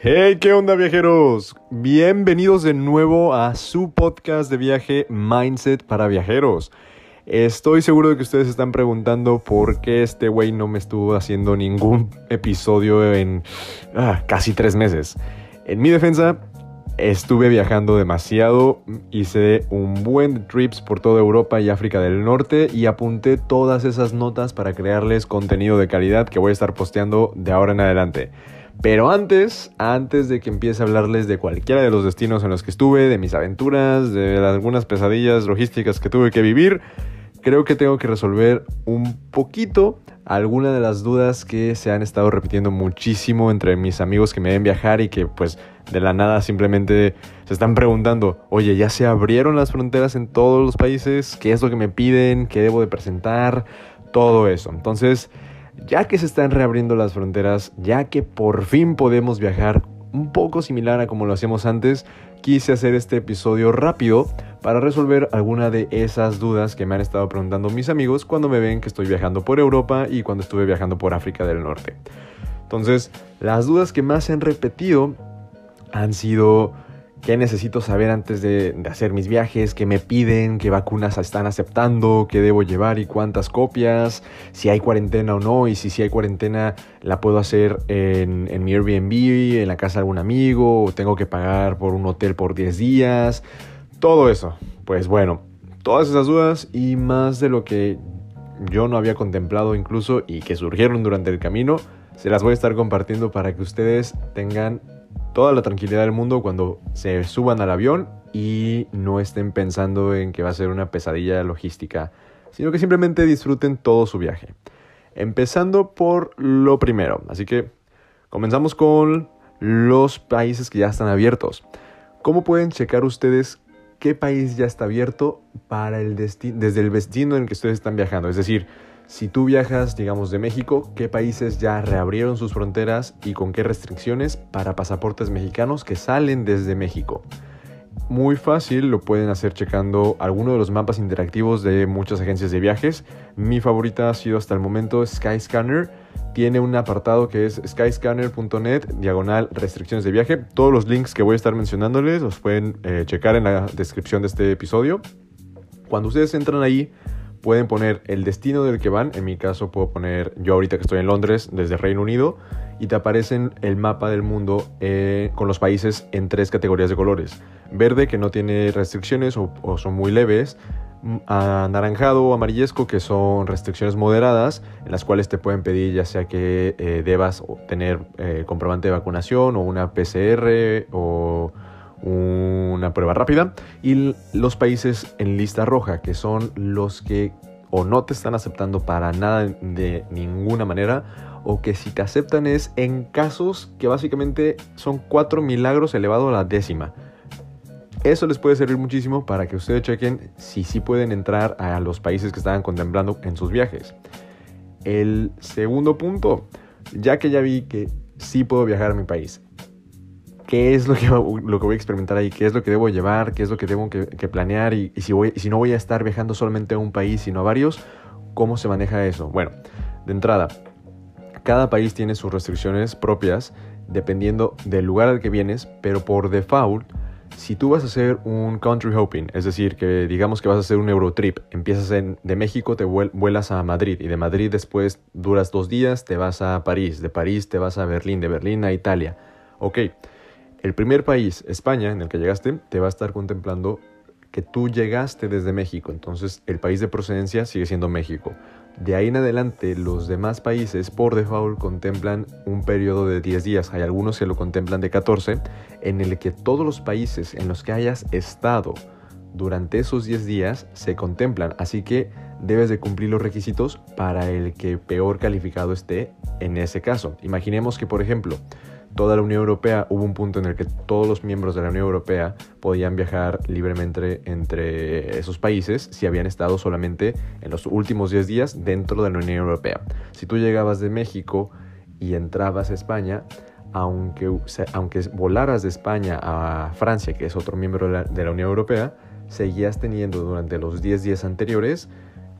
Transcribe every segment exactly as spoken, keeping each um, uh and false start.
Hey, ¿qué onda, viajeros? Bienvenidos de nuevo a su podcast de viaje Mindset para Viajeros. Estoy seguro de que ustedes se están preguntando por qué este güey no me estuvo haciendo ningún episodio en ah, casi tres meses. En mi defensa, estuve viajando demasiado, hice un buen de trips por toda Europa y África del Norte y apunté todas esas notas para crearles contenido de calidad que voy a estar posteando de ahora en adelante. Pero antes, antes de que empiece a hablarles de cualquiera de los destinos en los que estuve, de mis aventuras, de algunas pesadillas logísticas que tuve que vivir, creo que tengo que resolver un poquito algunas de las dudas que se han estado repitiendo muchísimo entre mis amigos que me ven viajar y que pues de la nada simplemente se están preguntando, oye, ¿ya se abrieron las fronteras en todos los países? ¿Qué es lo que me piden? ¿Qué debo de presentar? Todo eso. Entonces, ya que se están reabriendo las fronteras, ya que por fin podemos viajar un poco similar a como lo hacíamos antes, quise hacer este episodio rápido para resolver alguna de esas dudas que me han estado preguntando mis amigos cuando me ven que estoy viajando por Europa y cuando estuve viajando por África del Norte. Entonces, las dudas que más se han repetido han sido: ¿qué necesito saber antes de, de hacer mis viajes? ¿Qué me piden? ¿Qué vacunas están aceptando? ¿Qué debo llevar y cuántas copias? ¿Si hay cuarentena o no? Y si sí hay cuarentena, ¿la puedo hacer en, en mi Airbnb, en la casa de algún amigo? ¿O tengo que pagar por un hotel por diez días? Todo eso. Pues bueno, todas esas dudas y más de lo que yo no había contemplado incluso y que surgieron durante el camino, se las voy a estar compartiendo para que ustedes tengan toda la tranquilidad del mundo cuando se suban al avión y no estén pensando en que va a ser una pesadilla logística, sino que simplemente disfruten todo su viaje. Empezando por lo primero, así que comenzamos con los países que ya están abiertos. ¿Cómo pueden checar ustedes qué país ya está abierto para el desti- desde el destino en el que ustedes están viajando? Es decir, si tú viajas, digamos, de México, ¿qué países ya reabrieron sus fronteras y con qué restricciones para pasaportes mexicanos que salen desde México? Muy fácil, lo pueden hacer checando alguno de los mapas interactivos de muchas agencias de viajes. Mi favorita ha sido hasta el momento Skyscanner. Tiene un apartado que es skyscanner punto net, diagonal restricciones de viaje. Todos los links que voy a estar mencionándoles los pueden eh, checar en la descripción de este episodio. Cuando ustedes entran ahí, pueden poner el destino del que van. En mi caso puedo poner, yo ahorita que estoy en Londres, desde Reino Unido, y te aparecen el mapa del mundo eh, con los países en tres categorías de colores. Verde, que no tiene restricciones o, o son muy leves. Anaranjado o amarillesco, que son restricciones moderadas, en las cuales te pueden pedir ya sea que eh, debas tener eh, comprobante de vacunación o una P C R o una prueba rápida, y los países en lista roja, que son los que o no te están aceptando para nada de ninguna manera, o que si te aceptan es en casos que básicamente son cuatro milagros elevado a la décima. Eso les puede servir muchísimo para que ustedes chequen si sí pueden entrar a los países que estaban contemplando en sus viajes. El segundo punto, ya que ya vi que sí puedo viajar a mi país, ¿qué es lo que, lo que voy a experimentar ahí? ¿Qué es lo que debo llevar? ¿Qué es lo que tengo que, que planear? Y, y, si voy, y si no voy a estar viajando solamente a un país, sino a varios, ¿cómo se maneja eso? Bueno, de entrada, cada país tiene sus restricciones propias dependiendo del lugar al que vienes, pero por default, si tú vas a hacer un country hopping, es decir, que digamos que vas a hacer un Eurotrip, empiezas en, de México, te vuelas a Madrid, y de Madrid después duras dos días, te vas a París, de París te vas a Berlín, de Berlín a Italia. Ok. El primer país, España, en el que llegaste, te va a estar contemplando que tú llegaste desde México. Entonces, el país de procedencia sigue siendo México. De ahí en adelante, los demás países, por default, contemplan un periodo de diez días. Hay algunos que lo contemplan de catorce, en el que todos los países en los que hayas estado durante esos diez días se contemplan. Así que debes de cumplir los requisitos para el que peor calificado esté en ese caso. Imaginemos que, por ejemplo, toda la Unión Europea, hubo un punto en el que todos los miembros de la Unión Europea podían viajar libremente entre esos países si habían estado solamente en los últimos diez días dentro de la Unión Europea. Si tú llegabas de México y entrabas a España, aunque, aunque volaras de España a Francia, que es otro miembro de la, de la Unión Europea, seguías teniendo durante los diez días anteriores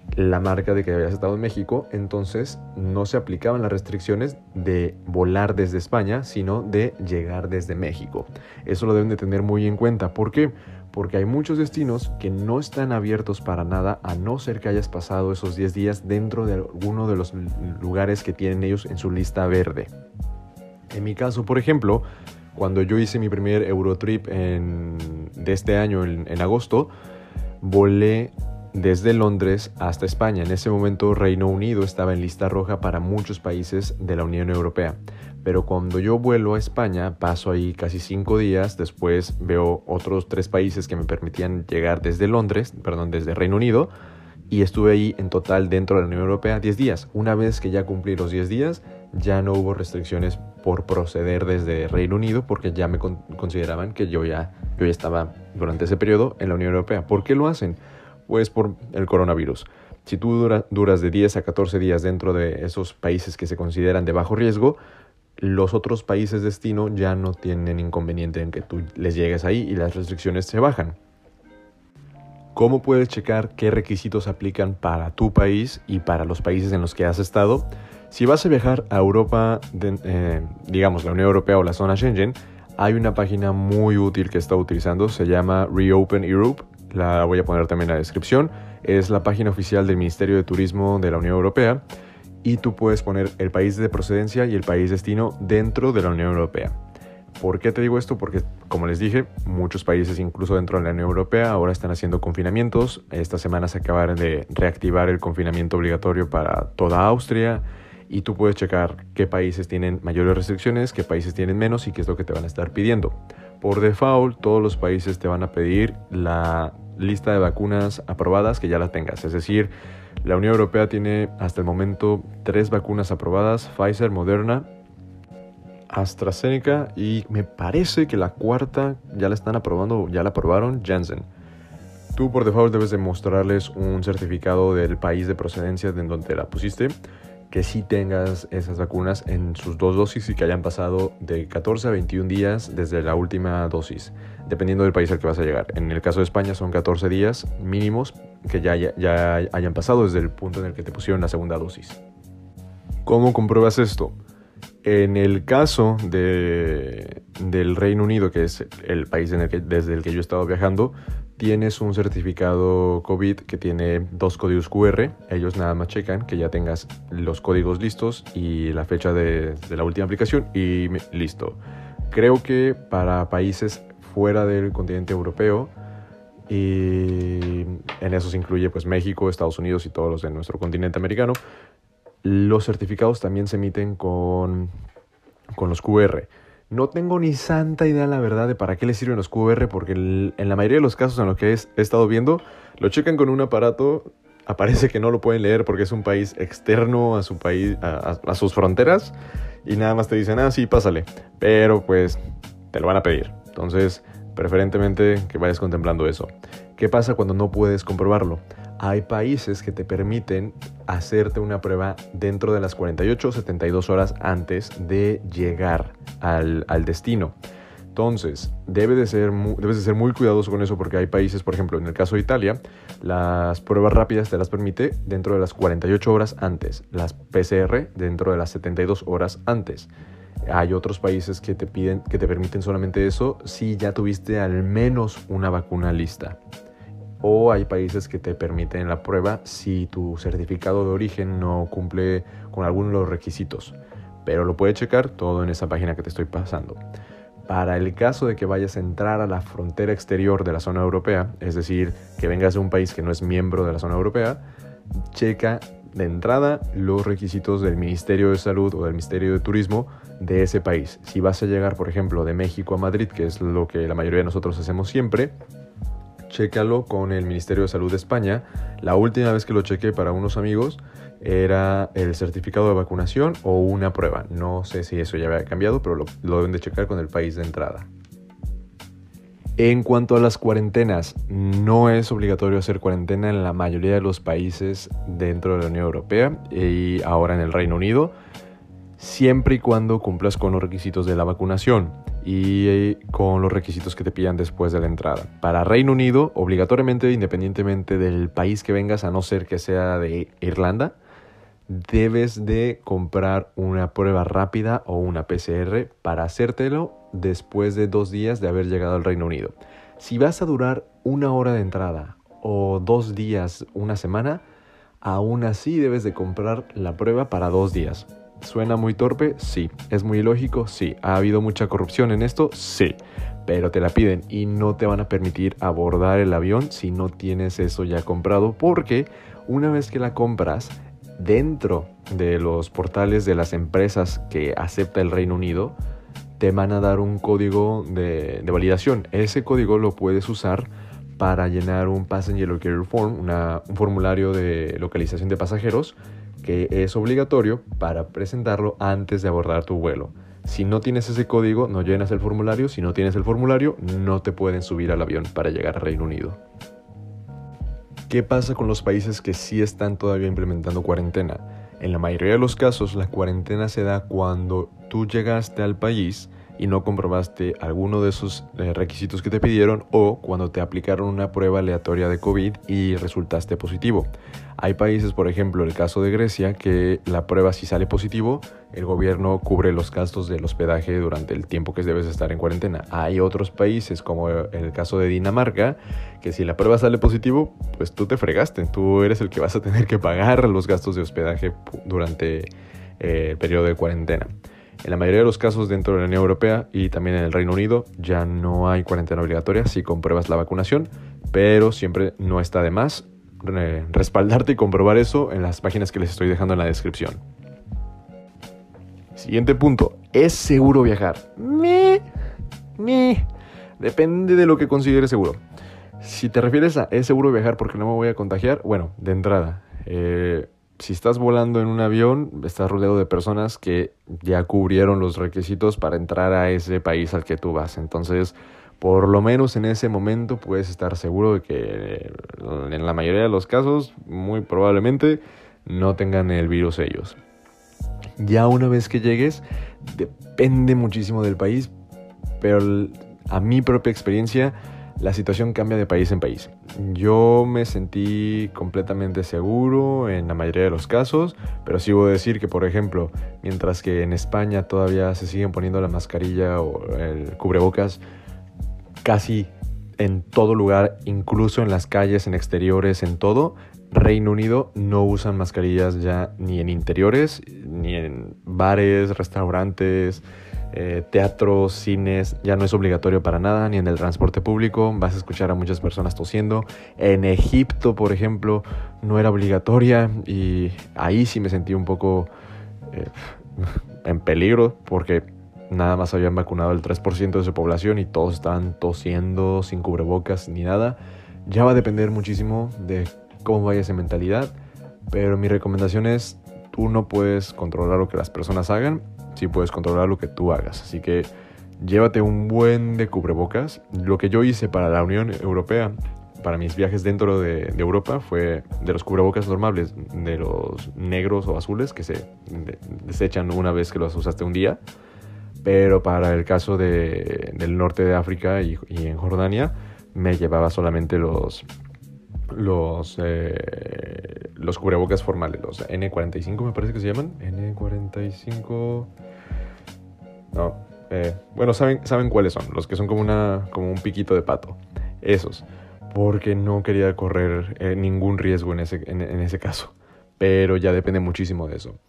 la marca de que habías estado en México, entonces no se aplicaban las restricciones de volar desde España, sino de llegar desde México. Eso lo deben de tener muy en cuenta. ¿Por qué? Porque hay muchos destinos que no están abiertos para nada, a no ser que hayas pasado esos diez días dentro de alguno de los lugares que tienen ellos en su lista verde. En mi caso, por ejemplo, cuando yo hice mi primer Eurotrip en, de este año, en, en agosto, volé desde Londres hasta España. En ese momento Reino Unido estaba en lista roja para muchos países de la Unión Europea. Pero cuando yo vuelo a España, paso ahí casi cinco días, después veo otros tres países que me permitían llegar desde Londres, perdón, desde Reino Unido, y estuve ahí en total dentro de la Unión Europea diez días. Una vez que ya cumplí los diez días, ya no hubo restricciones por proceder desde Reino Unido, porque ya me con- consideraban que yo ya, yo ya estaba durante ese periodo en la Unión Europea. ¿Por qué lo hacen? Pues por el coronavirus. Si tú dura, duras de diez a catorce días dentro de esos países que se consideran de bajo riesgo, los otros países destino ya no tienen inconveniente en que tú les llegues ahí y las restricciones se bajan. ¿Cómo puedes checar qué requisitos aplican para tu país y para los países en los que has estado? Si vas a viajar a Europa, de, eh, digamos la Unión Europea o la zona Schengen, hay una página muy útil que está utilizando, se llama Reopen Europe. La voy a poner también en la descripción. Es la página oficial del Ministerio de Turismo de la Unión Europea y tú puedes poner el país de procedencia y el país destino dentro de la Unión Europea. ¿Por qué te digo esto? Porque, como les dije, muchos países, incluso dentro de la Unión Europea, ahora están haciendo confinamientos. Esta semana se acabaron de reactivar el confinamiento obligatorio para toda Austria y tú puedes checar qué países tienen mayores restricciones, qué países tienen menos y qué es lo que te van a estar pidiendo. Por default, todos los países te van a pedir la lista de vacunas aprobadas que ya las tengas. Es decir, la Unión Europea tiene hasta el momento tres vacunas aprobadas: Pfizer, Moderna, AstraZeneca y me parece que la cuarta ya la están aprobando, ya la aprobaron, Janssen. Tú por default debes de mostrarles un certificado del país de procedencia de donde la pusiste, que sí tengas esas vacunas en sus dos dosis y que hayan pasado de catorce a veintiún días desde la última dosis, dependiendo del país al que vas a llegar. En el caso de España son catorce días mínimos que ya, ya, ya hayan pasado desde el punto en el que te pusieron la segunda dosis. ¿Cómo compruebas esto? En el caso de, del Reino Unido, que es el país en el que, desde el que yo he estado viajando, tienes un certificado COVID que tiene dos códigos cu erre. Ellos nada más checan que ya tengas los códigos listos y la fecha de, de la última aplicación y listo. Creo que para países fuera del continente europeo, y en eso se incluye pues México, Estados Unidos y todos los de nuestro continente americano, los certificados también se emiten con, con los cu erre. No tengo ni santa idea, la verdad, de para qué les sirven los cu erre, porque el, en la mayoría de los casos en los que he, he estado viendo, lo checan con un aparato, aparece que no lo pueden leer porque es un país externo a su país, a, a, a sus fronteras, y nada más te dicen, ah, sí, pásale, pero pues te lo van a pedir. Entonces, preferentemente que vayas contemplando eso. ¿Qué pasa cuando no puedes comprobarlo? Hay países que te permiten hacerte una prueba dentro de las cuarenta y ocho o setenta y dos horas antes de llegar al, al destino. Entonces, debe de ser muy, debes de ser muy cuidadoso con eso, porque hay países, por ejemplo, en el caso de Italia, las pruebas rápidas te las permite dentro de las cuarenta y ocho horas antes, las pe ce erre dentro de las setenta y dos horas antes. Hay otros países que te piden, que te permiten solamente eso si ya tuviste al menos una vacuna lista. O hay países que te permiten la prueba si tu certificado de origen no cumple con alguno de los requisitos. Pero lo puedes checar todo en esa página que te estoy pasando. Para el caso de que vayas a entrar a la frontera exterior de la zona europea, es decir, que vengas de un país que no es miembro de la zona europea, checa de entrada los requisitos del Ministerio de Salud o del Ministerio de Turismo de ese país. Si vas a llegar, por ejemplo, de México a Madrid, que es lo que la mayoría de nosotros hacemos siempre, chécalo con el Ministerio de Salud de España. La última vez que lo chequé para unos amigos era el certificado de vacunación o una prueba. No sé si eso ya había cambiado, pero lo, lo deben de checar con el país de entrada. En cuanto a las cuarentenas, no es obligatorio hacer cuarentena en la mayoría de los países dentro de la Unión Europea y ahora en el Reino Unido. siempre y cuando cumplas con los requisitos de la vacunación y con los requisitos que te pidan después de la entrada. Para Reino Unido, obligatoriamente, independientemente del país que vengas, a no ser que sea de Irlanda, debes de comprar una prueba rápida o una P C R para hacértelo después de dos días de haber llegado al Reino Unido. Si vas a durar una hora de entrada o dos días, una semana, aún así debes de comprar la prueba para dos días. ¿Suena muy torpe? Sí. ¿Es muy ilógico? Sí. ¿Ha habido mucha corrupción en esto? Sí. Pero te la piden y no te van a permitir abordar el avión si no tienes eso ya comprado, porque una vez que la compras dentro de los portales de las empresas que acepta el Reino Unido, te van a dar un código de, de validación. Ese código lo puedes usar para llenar un Passenger Locator Form, una, un formulario de localización de pasajeros, que es obligatorio para presentarlo antes de abordar tu vuelo. Si no tienes ese código, no llenas el formulario. Si no tienes el formulario, no te pueden subir al avión para llegar a Reino Unido. ¿Qué pasa con los países que sí están todavía implementando cuarentena? En la mayoría de los casos, la cuarentena se da cuando tú llegaste al país y no comprobaste alguno de esos eh, requisitos que te pidieron, o cuando te aplicaron una prueba aleatoria de COVID y resultaste positivo. Hay países, por ejemplo, el caso de Grecia, que la prueba, si sale positivo, el gobierno cubre los gastos del hospedaje durante el tiempo que debes estar en cuarentena. Hay otros países, como el caso de Dinamarca, que si la prueba sale positivo, pues tú te fregaste. Tú eres el que vas a tener que pagar los gastos de hospedaje durante eh, el periodo de cuarentena. En la mayoría de los casos dentro de la Unión Europea y también en el Reino Unido ya no hay cuarentena obligatoria si compruebas la vacunación, pero siempre no está de más eh, respaldarte y comprobar eso en las páginas que les estoy dejando en la descripción. Siguiente punto, ¿es seguro viajar? Me, me, depende de lo que consideres seguro. Si te refieres a ¿es seguro viajar porque no me voy a contagiar? Bueno, de entrada, eh, si estás volando en un avión, estás rodeado de personas que ya cubrieron los requisitos para entrar a ese país al que tú vas. Entonces, por lo menos en ese momento puedes estar seguro de que en la mayoría de los casos, muy probablemente, no tengan el virus ellos. Ya una vez que llegues, depende muchísimo del país, pero a mi propia experiencia, la situación cambia de país en país. Yo me sentí completamente seguro en la mayoría de los casos, pero sí voy a decir que, por ejemplo, mientras que en España todavía se siguen poniendo la mascarilla o el cubrebocas casi en todo lugar, incluso en las calles, en exteriores, en todo, Reino Unido no usan mascarillas ya ni en interiores, ni en bares, restaurantes, Eh, teatros, cines, ya no es obligatorio para nada, ni en el transporte público. Vas a escuchar a muchas personas tosiendo. En Egipto, por ejemplo, no era obligatoria y ahí sí me sentí un poco eh, en peligro, porque nada más habían vacunado el tres por ciento de su población y todos estaban tosiendo sin cubrebocas ni nada. Ya va a depender muchísimo de cómo vaya esa mentalidad, pero mi recomendación es: tú no puedes controlar lo que las personas hagan, sí puedes controlar lo que tú hagas. Así que llévate un buen de cubrebocas. Lo que yo hice para la Unión Europea, para mis viajes dentro de, de Europa, fue de los cubrebocas normales, de los negros o azules que se de, desechan una vez que los usaste un día. Pero para el caso de, del norte de África y, y en Jordania, me llevaba solamente los... los eh, los cubrebocas formales, los ene cuarenta y cinco me parece que se llaman, ene cuarenta y cinco, no, eh, bueno, saben, saben cuáles son, los que son como, una, como un piquito de pato, esos, porque no quería correr eh, ningún riesgo en ese, en, en ese caso, pero ya depende muchísimo de eso.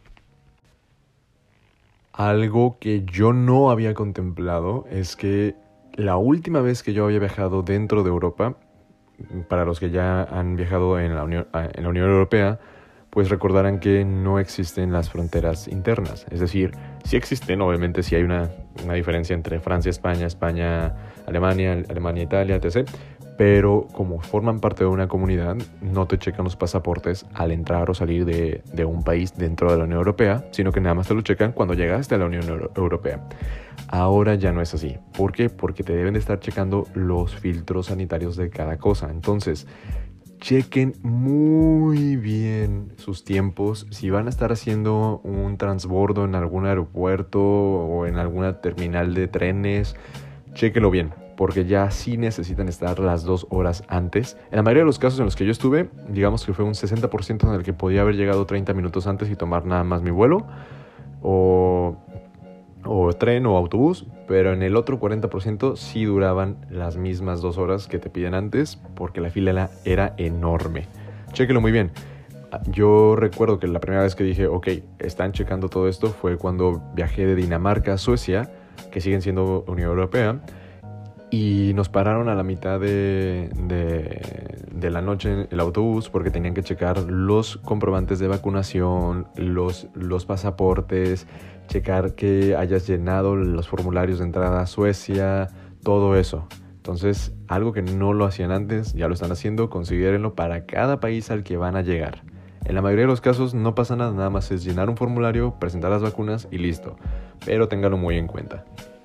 Algo que yo no había contemplado es que la última vez que yo había viajado dentro de Europa, para los que ya han viajado en la Unión, en la Unión Europea, pues recordarán que no existen las fronteras internas. Es decir, sí existen, obviamente sí hay una, una diferencia entre Francia, España, España, Alemania, Alemania, Italia, etcétera. Pero como forman parte de una comunidad, no te checan los pasaportes al entrar o salir de, de un país dentro de la Unión Europea, sino que nada más te lo checan cuando llegaste a la Unión Euro- Europea. Ahora ya no es así. ¿Por qué? Porque te deben de estar checando los filtros sanitarios de cada cosa. Entonces, chequen muy bien sus tiempos. Si van a estar haciendo un transbordo en algún aeropuerto o en alguna terminal de trenes, chequenlo bien, porque ya sí necesitan estar las dos horas antes. En la mayoría de los casos en los que yo estuve, digamos que fue un sesenta por ciento en el que podía haber llegado treinta minutos antes y tomar nada más mi vuelo, o, o tren o autobús, pero en el otro cuarenta por ciento sí duraban las mismas dos horas que te piden antes, porque la fila era enorme. Chéquenlo muy bien. Yo recuerdo que la primera vez que dije, ok, están checando todo esto, fue cuando viajé de Dinamarca a Suecia, que siguen siendo Unión Europea, y nos pararon a la mitad de, de, de la noche en el autobús porque tenían que checar los comprobantes de vacunación, los, los pasaportes, checar que hayas llenado los formularios de entrada a Suecia, todo eso. Entonces, algo que no lo hacían antes, ya lo están haciendo, considérenlo para cada país al que van a llegar. En la mayoría de los casos no pasa nada, nada más es llenar un formulario, presentar las vacunas y listo. Pero ténganlo muy en cuenta.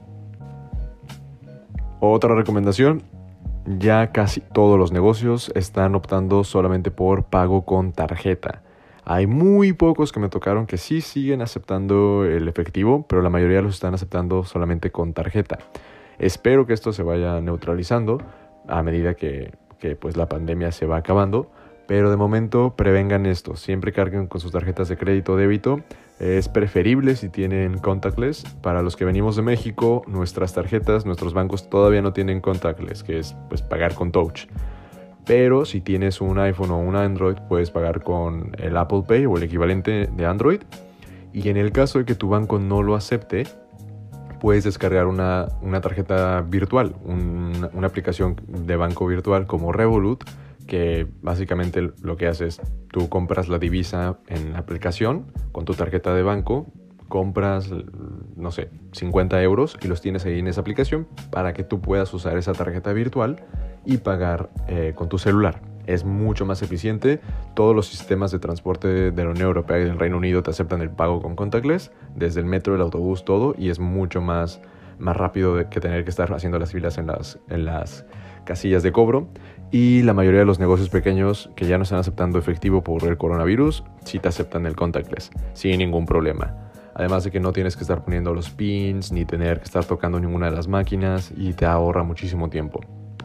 Otra recomendación, ya casi todos los negocios están optando solamente por pago con tarjeta. Hay muy pocos que me tocaron que sí siguen aceptando el efectivo, pero la mayoría los están aceptando solamente con tarjeta. Espero que esto se vaya neutralizando a medida que, que pues, la pandemia se va acabando, pero de momento prevengan esto. Siempre carguen con sus tarjetas de crédito o débito. Es preferible si tienen contactless. Para los que venimos de México, nuestras tarjetas, nuestros bancos todavía no tienen contactless, que es pues, pagar con touch. Pero si tienes un iPhone o un Android, puedes pagar con el Apple Pay o el equivalente de Android. Y en el caso de que tu banco no lo acepte, puedes descargar una, una tarjeta virtual, un, una aplicación de banco virtual como Revolut, que básicamente lo que hace es tú compras la divisa en la aplicación con tu tarjeta de banco, compras, no sé, cincuenta euros y los tienes ahí en esa aplicación para que tú puedas usar esa tarjeta virtual y pagar eh, con tu celular. Es mucho más eficiente. Todos los sistemas de transporte de la Unión Europea y del Reino Unido te aceptan el pago con contactless, desde el metro, el autobús, todo, y es mucho más, más rápido de que tener que estar haciendo las filas en las, en las casillas de cobro. Y la mayoría de los negocios pequeños que ya no están aceptando efectivo por el coronavirus, sí te aceptan el contactless, sin ningún problema. Además de que no tienes que estar poniendo los pins, ni tener que estar tocando ninguna de las máquinas, y te ahorra muchísimo tiempo.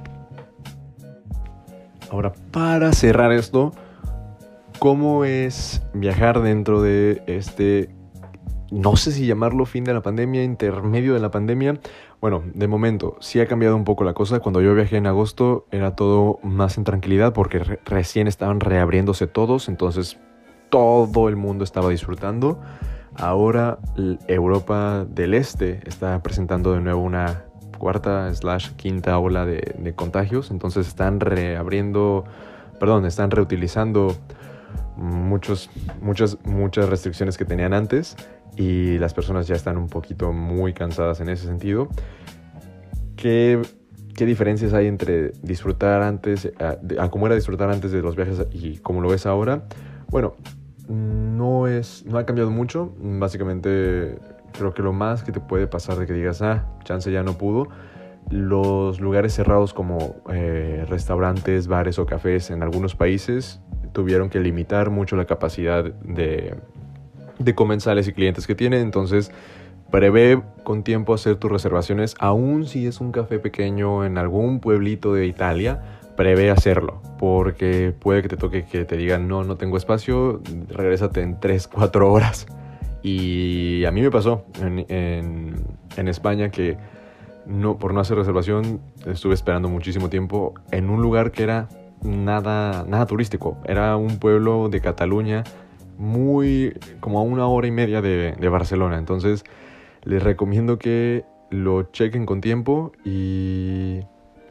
Ahora, para cerrar esto, ¿cómo es viajar dentro de este, no sé si llamarlo fin de la pandemia, intermedio de la pandemia? Bueno, de momento sí ha cambiado un poco la cosa. Cuando yo viajé en agosto era todo más en tranquilidad porque re- recién estaban reabriéndose todos, entonces todo el mundo estaba disfrutando. Ahora Europa del Este está presentando de nuevo una cuarta slash quinta ola de, de contagios, entonces están reabriendo, perdón, están reutilizando muchos, muchas, muchas restricciones que tenían antes y las personas ya están un poquito muy cansadas en ese sentido. ¿Qué, qué diferencias hay entre disfrutar antes, a, a cómo era disfrutar antes de los viajes y cómo lo ves ahora? Bueno, no, es, no ha cambiado mucho. Básicamente creo que lo más que te puede pasar de que digas, ah, chance ya no pudo, los lugares cerrados como eh, restaurantes, bares o cafés en algunos países tuvieron que limitar mucho la capacidad de, de comensales y clientes que tienen. Entonces prevé con tiempo hacer tus reservaciones, aun si es un café pequeño en algún pueblito de Italia, prevé hacerlo, porque puede que te toque que te digan, no, no tengo espacio, regrésate en tres, cuatro horas. Y a mí me pasó en, en, en España que no, por no hacer reservación estuve esperando muchísimo tiempo en un lugar que era nada, nada turístico. Era un pueblo de Cataluña muy como a una hora y media de, de Barcelona. Entonces les recomiendo que lo chequen con tiempo y,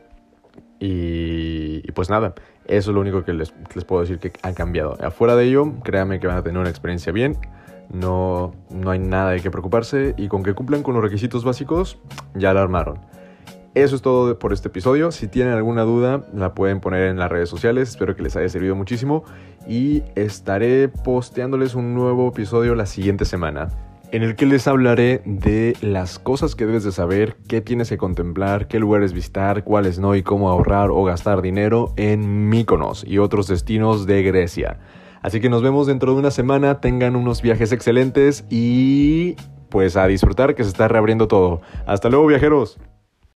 y, y pues nada, eso es lo único que les, les puedo decir que ha cambiado. Afuera de ello, créanme que van a tener una experiencia bien. No, no hay nada de qué preocuparse y con que cumplan con los requisitos básicos, ya la armaron. Eso es todo por este episodio. Si tienen alguna duda, la pueden poner en las redes sociales. Espero que les haya servido muchísimo y estaré posteándoles un nuevo episodio la siguiente semana. en el que les hablaré de las cosas que debes de saber, qué tienes que contemplar, qué lugares visitar, cuáles no y cómo ahorrar o gastar dinero en Mykonos y otros destinos de Grecia. Así que nos vemos dentro de una semana, tengan unos viajes excelentes y pues a disfrutar que se está reabriendo todo. Hasta luego, viajeros.